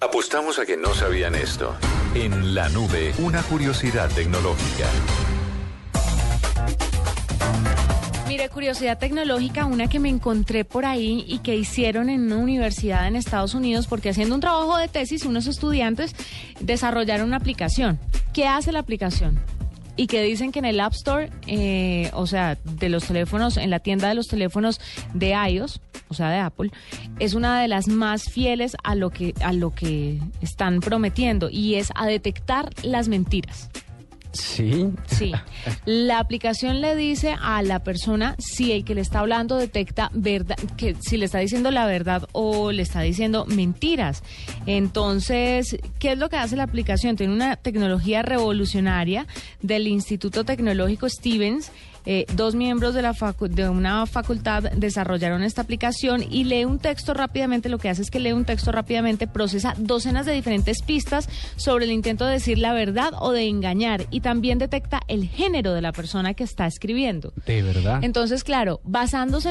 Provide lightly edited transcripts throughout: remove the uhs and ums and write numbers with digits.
Apostamos a que no sabían esto. En la nube, una curiosidad tecnológica. Mire, curiosidad tecnológica, una que me encontré por ahí y que hicieron en una universidad en Estados Unidos, porque haciendo un trabajo de tesis, unos estudiantes desarrollaron una aplicación. ¿Qué hace la aplicación? Y que dicen que en el App Store, o sea, de los teléfonos, en la tienda de los teléfonos de iOS, o sea, de Apple, es una de las más fieles a lo que están prometiendo, y es a detectar las mentiras. Sí. Sí. La aplicación le dice a la persona si el que le está hablando detecta verdad, que si le está diciendo la verdad o le está diciendo mentiras. Entonces, ¿qué es lo que hace la aplicación? Tiene una tecnología revolucionaria del Instituto Tecnológico Stevens. Dos miembros de una facultad desarrollaron esta aplicación y lee un texto rápidamente. Lo que hace es que lee un texto rápidamente, procesa docenas de diferentes pistas sobre el intento de decir la verdad o de engañar, y también detecta el género de la persona que está escribiendo. ¿De verdad? Entonces, claro, basándose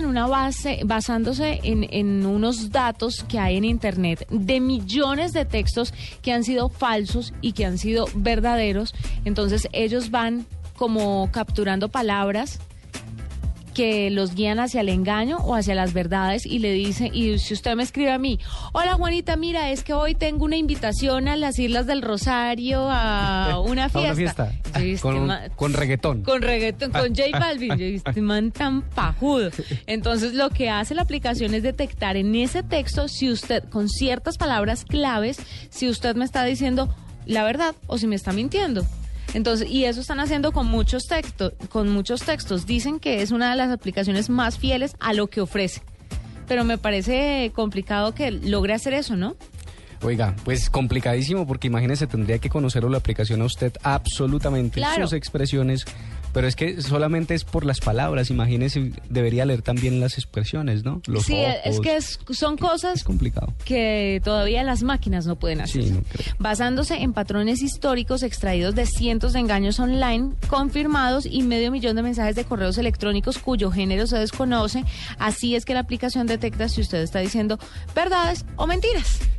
en unos datos que hay en Internet de millones de textos que han sido falsos y que han sido verdaderos, entonces ellos van como capturando palabras que los guían hacia el engaño o hacia las verdades, y le dice, y si usted me escribe a mí: hola Juanita, mira, es que hoy tengo una invitación a las Islas del Rosario a una fiesta. Con reggaetón. Con reggaetón, con J Balvin. Yo, este man tan pajudo. Entonces lo que hace la aplicación es detectar en ese texto, si usted, con ciertas palabras claves, si usted me está diciendo la verdad o si me está mintiendo. Entonces, y eso están haciendo con muchos textos. Dicen que es una de las aplicaciones más fieles a lo que ofrece. Pero me parece complicado que logre hacer eso, ¿no? Oiga, pues complicadísimo, porque imagínese, tendría que conocer la aplicación a usted absolutamente, claro, sus expresiones, pero es que solamente es por las palabras. Imagínese, debería leer también las expresiones, ¿no? Los sí, ojos. es que son cosas es complicado, que todavía las máquinas no pueden hacer. Sí, no creo. Basándose en patrones históricos extraídos de cientos de engaños online confirmados y 500,000 de mensajes de correos electrónicos cuyo género se desconoce, así es que la aplicación detecta si usted está diciendo verdades o mentiras.